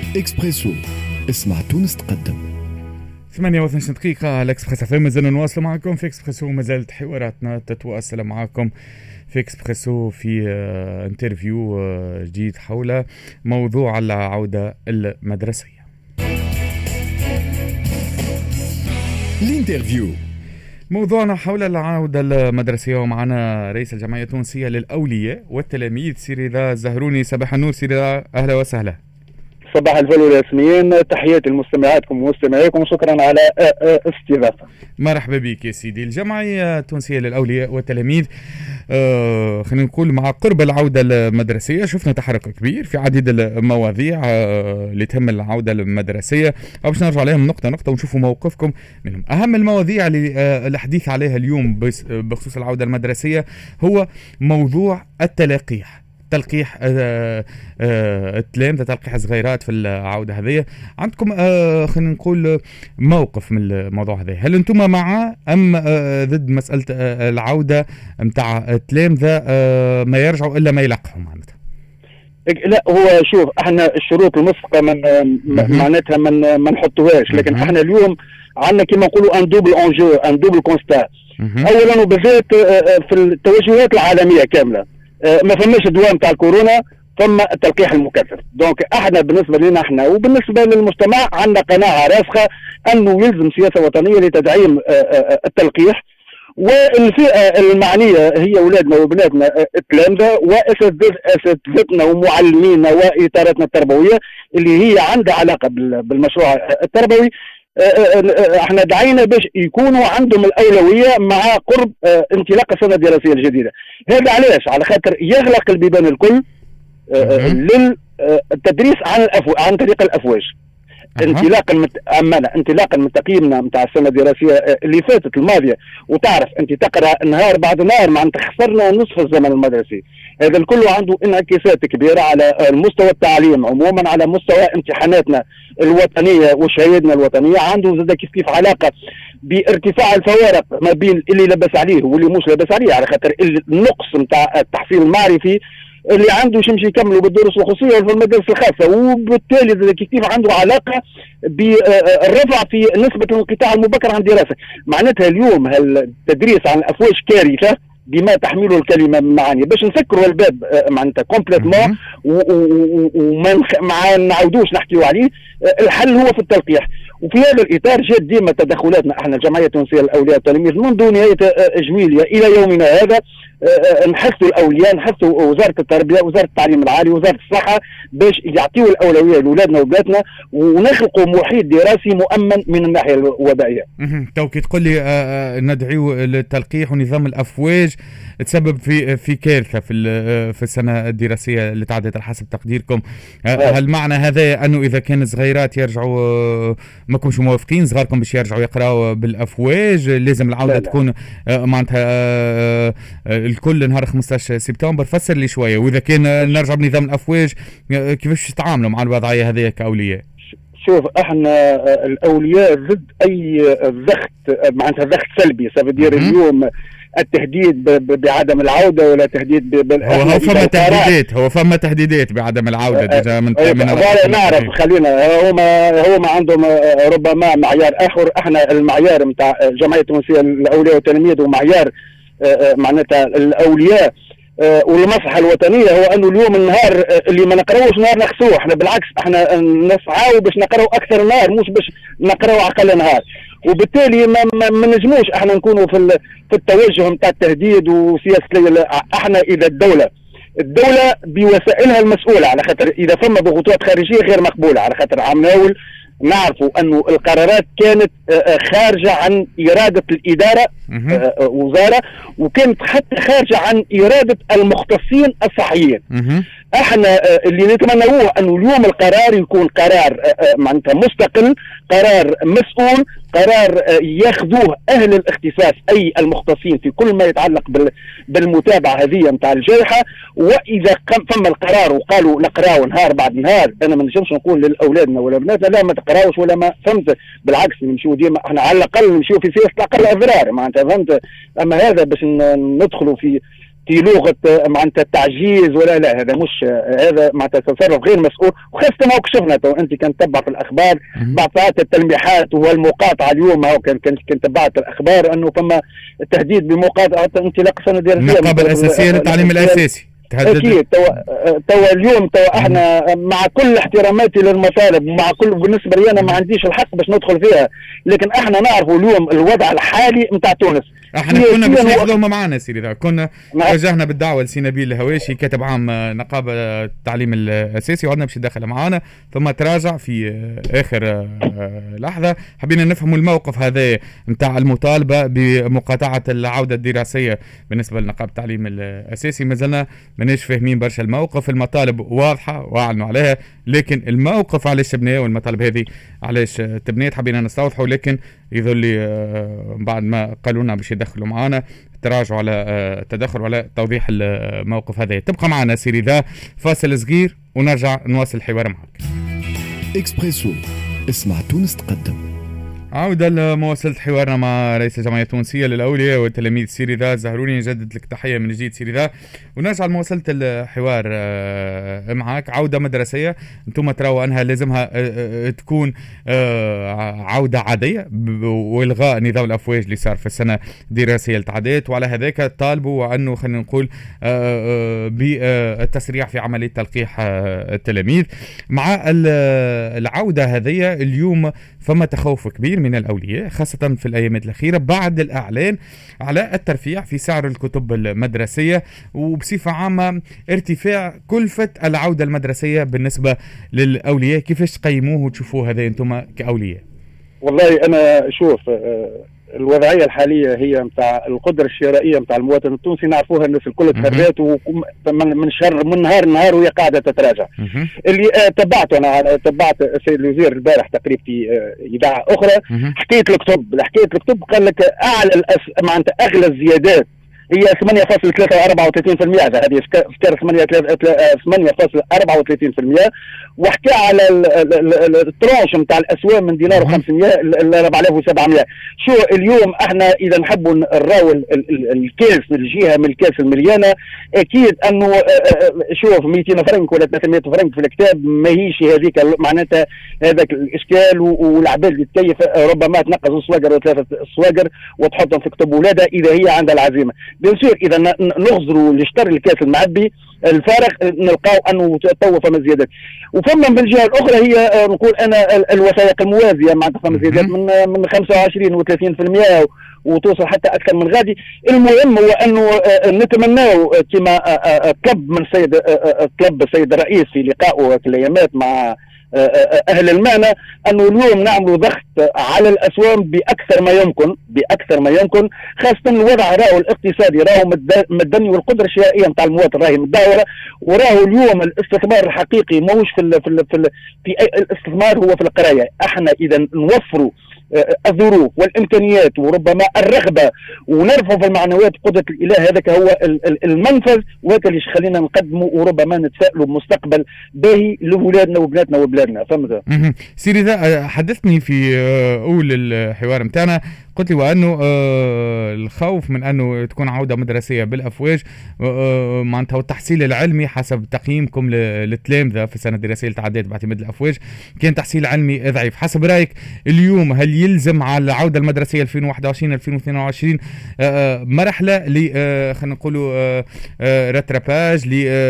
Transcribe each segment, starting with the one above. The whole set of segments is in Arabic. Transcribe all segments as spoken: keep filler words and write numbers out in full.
إكسبريسو، اسمع تونس تقدم. ثمانية وثلاثين دقيقة على إكسبريس اف ام. مازلنا نواصل معكم في إكسبريسو، مازالت حواراتنا تتواصل معكم في إكسبريسو في اه انترفيو اه جديد حول موضوع العودة المدرسية. الانترفيو موضوعنا حول العودة المدرسية، ومعنا رئيس الجمعية التونسية للأولياء والتلاميذ سي رضا الزهروني. صباح النور سي رضا، أهلا وسهلا. صباح الفل والياسمين، تحياتي لمستمعاتكم ومستمعيكم وشكرا على استضافة. مرحبا بك يا سيدي. الجمعية التونسية للأولياء والتلاميذ آه خلينا نقول مع قرب العودة المدرسية شفنا تحرك كبير في عديد المواضيع آه اللي تهم العودة المدرسية، أو باش نرجع عليهم نقطة نقطة ونشوفوا موقفكم منهم. أهم المواضيع اللي آه الحديث عليها اليوم بخصوص العودة المدرسية هو موضوع التلقيح. تلقيح آه آه التلامذة، تلقيح صغيرات في العودة هذه. عندكم آه خلينا نقول موقف من الموضوع هذا، هل أنتم مع أم آه ضد مسألة آه العودة متاع التلامذة آه ما يرجعوا إلا ما يلقحوا معناتها؟ لا، هو شوف، احنا الشروط المسبقة من معناتها من ما نحطوهاش، لكن احنا اليوم عندنا كما نقولوا ان دوبل انجو، ان دوبل كونستا. اولا وبالذات في التوجهات العالمية كاملة ما فماش دواء نتاع الكورونا، ثم التلقيح المكثف. دونك احنا بالنسبه لنا احنا وبالنسبه للمجتمع عندنا قناعه راسخه انه يلزم سياسه وطنيه لتدعيم التلقيح، والفئه المعنيه هي اولادنا وبناتنا التلامذه واساتذتنا ومعلمينا واطاراتنا التربويه اللي هي عندها علاقه بالمشروع التربوي. احنا دعينا باش يكونوا عندهم الاولويه مع قرب انطلاق السنه الدراسيه الجديده. هذا علاش؟ على خاطر يغلق البيبان الكل للتدريس عن الأفو... عن طريق الافواج. انطلاقا مت... امانه انطلاقا من تقييمنا نتاع السنه الدراسيه اللي فاتت الماضيه، وتعرف انت تقرا نهار بعد نهار معناتها خسرنا نصف الزمن المدرسي. هذا الكل عنده انعكاسات كبيره على مستوى التعليم عموما، على مستوى امتحاناتنا الوطنيه وشهادنا الوطنيه، عنده زاد كيف كيف علاقه بارتفاع الفوارق ما بين اللي لبس عليه واللي مش لبس عليه، على خاطر النقص نتاع التحصيل المعرفي اللي عنده يمشي يكملوا بالدروس الخصوصيه وفي المدارس الخاصه، وبالتالي كيف عنده علاقه بالرفع في نسبه الانقطاع المبكر عن الدراسه. معناتها اليوم التدريس عن الافواج كارثه بما تحمله الكلمه من معاني. باش نسكروا الباب معناتها كومبليتمون وما ما نعاودوش نحكيوا عليه، الحل هو في التلقيح. وفي هذا الاطار جات ديما تدخلاتنا احنا الجمعيه التونسيه للاولياء والتلاميذ منذ نهايه جويليا الى يومنا هذا. نحثوا الاولياء، نحثوا وزاره التربيه، وزاره التعليم العالي، وزاره الصحه باش يعطيوا الاولويه لاولادنا وبناتنا ونخلقوا محيط دراسي مؤمن من الناحيه الوبائيه. تو كي تقول لي ندعيو للتلقيح ونظام الافواج تسبب في في كارثه في في السنه الدراسيه اللي تعدت على حسب تقديركم، هل معنى هذا انه اذا كان صغيرات يرجعوا ما كنتش موافقين صغاركم باش يرجعوا يقراوا بالافواج؟ لازم العوده لا لا. تكون معناتها الكل نهار خمسة عشر سبتمبر. فسر لي شويه، واذا كان نرجع بنظام الافواج كيفاش تتعاملوا مع الوضعيه هذه كاولياء؟ شوف، احنا الاولياء ضد اي ضغط معناتها ضغط سلبي. سبدير اليوم التهديد بعدم العوده ولا تهديد ب... هو هو فما تهديدات هو فما تهديدات بعدم العوده ديجا من من نعرف. خلينا هما هما عندهم ربما معيار اخر. احنا المعيار نتاع الجمعيه التونسيه للاولياء والتلاميذ ومعيار معناتها الاولياء والمصلحه الوطنيه هو انه اليوم النهار اللي ما نقراوش نهار نخسوه. احنا بالعكس احنا نسعاو باش نقراو اكثر نهار، مش باش نقراو اقل نهار. وبالتالي ما, ما, ما نجموش احنا نكونوا في في التوجه نتاع التهديد وسياسه. احنا اذا الدوله الدوله بوسائلها المسؤوله، على خاطر اذا فما ضغوطات خارجيه غير مقبوله، على خاطر عم ناول نعرفوا انه القرارات كانت خارجه عن اراده الاداره وزاره، وكانت حتى خارجه عن اراده المختصين الصحيين. احنا اللي نتمنوه انه اليوم القرار يكون قرار معناتها مستقل، قرار مسؤول، قرار ياخذوه اهل الاختصاص اي المختصين في كل ما يتعلق بالمتابعه هذه نتاع الجائحه. واذا فما القرار وقالوا نقراو نهار بعد نهار، انا ما نجمش نقول لاولادنا ولا بناتنا لا ما تقراوش ولا ما فهمت، بالعكس نمشيو ديما احنا على الاقل نمشيو في سياسه اقل اضرار معناتها فهمت. اما هذا باش ندخلوا في في لغه معناتها التعجيز ولا لا، هذا مش هذا معناتها تصرف غير مسؤول. وخاصه ما شفنا تو انت كان تتبع في الاخبار بعد ساعات التلميحات والمقاطعه اليوم، هاو كان كان تبعت الاخبار انه فما تهديد بمقاطعه انطلاق سنه دراسيه النقابه الاساسيه للتعليم الاساسي. اكيد توا توا اليوم توا احنا مع كل احتراماتي للمطالب ومع كل بالنسبه لي انا ما عنديش الحق باش ندخل فيها، لكن احنا نعرفوا اليوم الوضع الحالي نتاع تونس. احنا كنا باش ناخذوهم معنا سيدي ذا، كنا وجهنا بالدعوه لسي نبيل الهواشي كاتب عام نقابه التعليم الاساسي وعندنا باش يدخل معنا، ثم تراجع في اخر لحظه. حبينا نفهموا الموقف هذا نتاع المطالبه بمقاطعه العوده الدراسيه بالنسبه لنقابه التعليم الاساسي. ما زلنا ماناش فاهمين برشا الموقف، المطالب واضحه واعلنوا عليها، لكن الموقف علاش تبناه والمطالب هذه علاش تبنيت حبينا نستوضحوا. لكن يظل لي بعد ما قالوا لنا باش يدخلوا معنا تراجعوا على التدخل وعلى توضيح الموقف هذا. تبقى معنا سيري ذا فاصل صغير ونرجع نواصل الحوار معك. اكسبريسو، اسمع تونس تقدم. عودة لمواصلة حوارنا مع رئيس الجمعية التونسية للأولياء والتلاميذ سيري ذا زهروني. نجدد لك تحية من جديد سيري ذا، ونرجع لمواصلة الحوار معك. عودة مدرسية انتم تراوا أنها لازمها تكون عودة عادية والغاء نظام الأفواج اللي صار في السنة الدراسية اللي تعدت، وعلى هذاك طالبوا وأنه خلينا نقول بالتسريع في عملية تلقيح التلاميذ. مع العودة هذه اليوم فما تخوف كبير من الأولياء خاصة في الأيامات الأخيرة بعد الإعلان على الترفيع في سعر الكتب المدرسية، وبصفة عامة ارتفاع كلفة العودة المدرسية بالنسبة للأولياء. كيفاش تقيموه وتشوفوه هذا أنتم كأولياء؟ والله أنا شوف الوضعية الحالية هي متاع القدرة الشرائية متاع المواطن التونسي نعرفوها الناس الكل تفرات من شهر من نهار لنهار وهي قاعدة تتراجع. اللي تبعته أنا تبعت السيد الوزير البارح تقريبا في إذاعة أخرى حكاية الكتب، حكاية الكتب قال لك أعلى الأس... معناتها أغلى الزيادات هي ثمانية فاصلة أربعة وثلاثين بالمئة، هذه سكر ثمانية فاصلة أربعة وثلاثين بالمئة، وحكى على الترونش نتاع الاسوام من دينار وخمسمائة ل أربعة آلاف وسبعمائة. شو اليوم احنا اذا نحبوا نراو الكاس الجهه من الكاس المليانه، اكيد انه شوف مئتين فرنك ولا ثلاثمائة فرنك في الكتاب ماهيش هذيك معناتها هذاك الاشكال، والعباد اللي تكيف ربما تنقص الصواقر وثلاثه الصواقر وتحطهم في كتب ولادها اذا هي عندها العزيمه. بيان سور اذا نغزروا اللي اشتري الكاس المعبي الفارغ نلقاو انه تو فما زيادات. وفما من الجهه الاخرى هي نقول انا الوثائق الموازيه معناتها فما زيادات من من خمسة وعشرين وثلاثين بالمئة وتوصل حتى اكثر من غادي. المهم هو انه نتمناو كما طلب من السيد طلب السيد الرئيس في لقائه في الايامات مع اهل المعنى انه اليوم نعملوا ضغط على الاسوام باكثر ما يمكن باكثر ما يمكن، خاصه الوضع راهو الاقتصادي راهو مدني والقدره الشرائيه نتاع المواطن راهي متدهوره، وراهو اليوم الاستثمار الحقيقي ماهوش في في في, في الاستثمار هو في القرايه. احنا اذا نوفروا الظروف والامكانيات وربما الرغبه ونرفع في المعنويات قدره الاله، هذاك هو المنفذ وهذا اللي خلينا نقدمه وربما نتفائلوا بمستقبل باهي لاولادنا وبناتنا وبلادنا. فهمت سيدي ذا حدثني في اول الحوار نتاعنا قلت لي وانه آه الخوف من انه تكون عوده مدرسيه بالافواج آه معناتها التحصيل العلمي حسب تقييمكم للتلامذه في السنه الدراسيه اللي تعدت باعتماد الافواج كان تحصيل علمي ضعيف. حسب رايك اليوم هل يلزم على العوده المدرسيه ألفين وواحد وعشرين ألفين واثنين وعشرين آه مرحله ل آه خلينا نقولوا آه آه رتراباج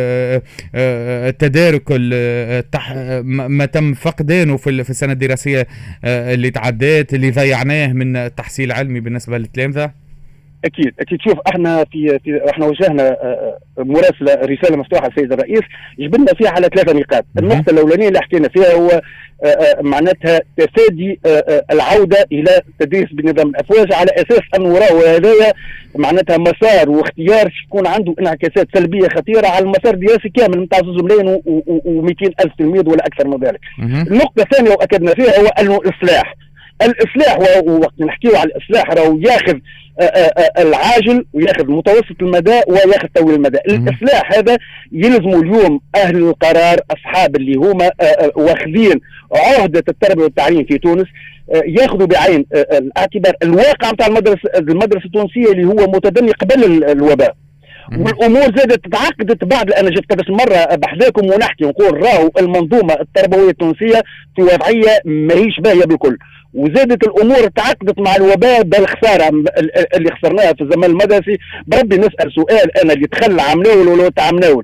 للتدارك آه ما تم فقدانه في في السنه الدراسيه آه اللي تعدت اللي ضيعناه من تحصيل علمي بالنسبه للتلامذه؟ اكيد اكيد. شوف احنا في, في احنا وجهنا مراسله رساله مفتوحه للسيد الرئيس جبنا فيها على ثلاثه نقاط. النقطه الاولانيه اللي حكينا فيها هو معناتها تفادي العوده الى التدريس بنظام الافواج على اساس انه راهو هذايا معناتها مسار واختيار يكون عنده انعكاسات سلبيه خطيره على المسار الدراسي كامل نتاع زوج ملايين ومئتين الف تلميذ ولا اكثر من ذلك. النقطه الثانيه واكدنا فيها هو انه الاصلاح الاصلاح ووقت نحكيو على الاصلاح راهو ياخذ العاجل وياخذ متوسط المدى وياخذ طويل المدى. الاصلاح هذا يلزموا اليوم اهل القرار اصحاب اللي هما واخذين عهده التربيه والتعليم في تونس ياخذوا بعين الاعتبار الواقع نتاع المدرسه المدرسه التونسيه اللي هو متدني قبل الوباء، والامور زادت تعقدت بعد. انا جيت قداش مره بحذاكم ونحكي ونقول راهو المنظومه التربويه التونسيه في وضعيه ماهيش باهيه بالكل، وزادت الامور تعقدت مع الوباء بالخساره اللي خسرناها في الزمان المدرسي. بربي نسال سؤال، انا اللي دخل عمناول ولا تعمناول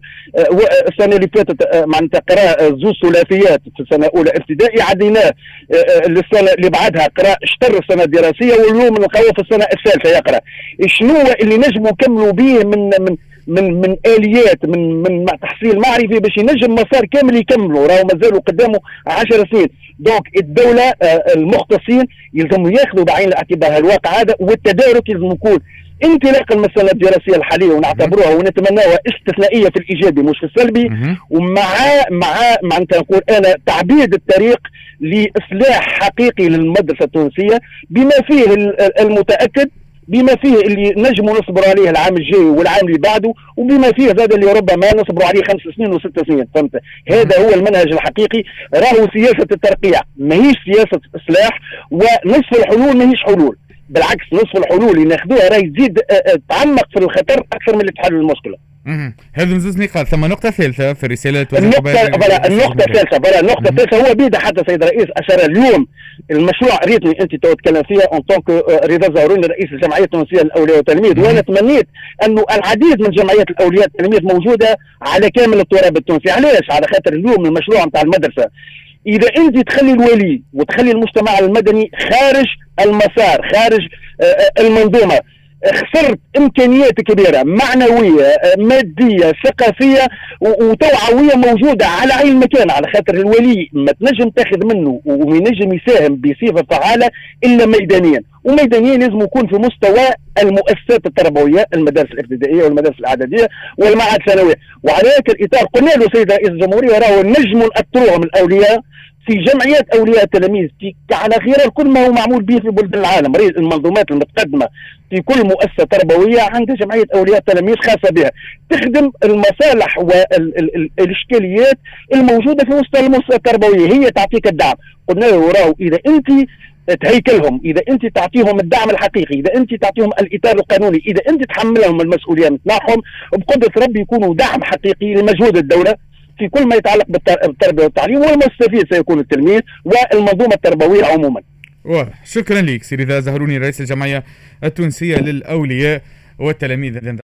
السنه اللي فاتت معناتها قراءه زوج ثلاثيات في السنه الاولى ابتدائي، عديناه للسنه اللي بعدها قراءه اشتر السنه الدراسيه، واليوم نلقاوه في السنه الثالثه يقرا. شنو اللي نجموا نكملوا به من من من من اليات من من تحصيل معرفي باش ينجم مسار كامل يكملوا؟ راهو مازالوا قدامه عشر سنين. دونك الدوله المختصين يلزموا ياخذوا بعين الاعتبار الواقع هذا، والتدارك يلزم يكون انطلاقا من السنه الدراسيه الحاليه ونعتبروها ونتمناها استثنائيه في الايجابي مش في السلبي، ومع مع معناتها نقول انا تعبيد الطريق لاصلاح حقيقي للمدرسه التونسيه بما فيه المتاكد، بما فيه اللي نجموا نصبروا عليه العام الجاي والعام اللي بعده، وبما فيه هذا اللي ربما نصبروا عليه خمس سنين وست سنين. فهمت؟ هذا هو المنهج الحقيقي. راهو سياسه الترقيع ماهيش سياسه اصلاح، ونصف الحلول ماهيش حلول، بالعكس نصف الحلول اللي ناخذوها راهي تزيد تعمق في الخطر اكثر من اللي تحل المشكله. هذا زوج نقاط. ثم نقطة ثالثة في رسالة النقطة بلا النقطة الثالثة بلا النقطة الثالثة هو بيدها حتى سيد الرئيس أشار اليوم المشروع ريتني أنت تتكلم فيها أن طونك رضا زهروني رئيس الجمعية التونسية للأولياء والتلاميذ، وأنا تمنيت أنه العديد من جمعيات الأولياء والتلاميذ موجودة على كامل التراب التونسي. علاش؟ على خاطر اليوم المشروع نتاع المدرسة إذا أنت تخلي الولي وتخلي المجتمع المدني خارج المسار خارج المنظومة، خسرت امكانيات كبيره معنويه ماديه ثقافيه وتوعويه موجوده على عين المكان، على خاطر الولي ما تنجم تاخذ منه وما ينجم يساهم بصفه فعاله الا ميدانيا، وميدانيا لازم يكون في مستوى المؤسسات التربويه، المدارس الابتدائيه والمدارس الاعداديه والمعاهد الثانويه. وعلى هيك الاطار قلنا له سيد رئيس الجمهوريه راهو نجم نأثروهم الاولياء في جمعيات اولياء التلاميذ على غير كل ما هو معمول به في بلدان العالم. المنظومات المتقدمه في كل مؤسسه تربويه عندها جمعيه اولياء التلاميذ خاصه بها تخدم المصالح والاشكاليات الموجوده في وسط المؤسسه التربويه، هي تعطيك الدعم. قلنا له راهو اذا انت تهيكلهم، اذا انت تعطيهم الدعم الحقيقي، اذا انت تعطيهم الاطار القانوني، اذا انت تحملهم المسؤوليه نتاعهم، بقدره ربي يكونوا دعم حقيقي لمجهود الدوله في كل ما يتعلق بالتربيه والتعليم، والمستفيد سيكون التلميذ والمنظومه التربويه عموما. واضح. شكرا لك سي رضا زهروني رئيس الجمعيه التونسيه للاولياء والتلاميذ.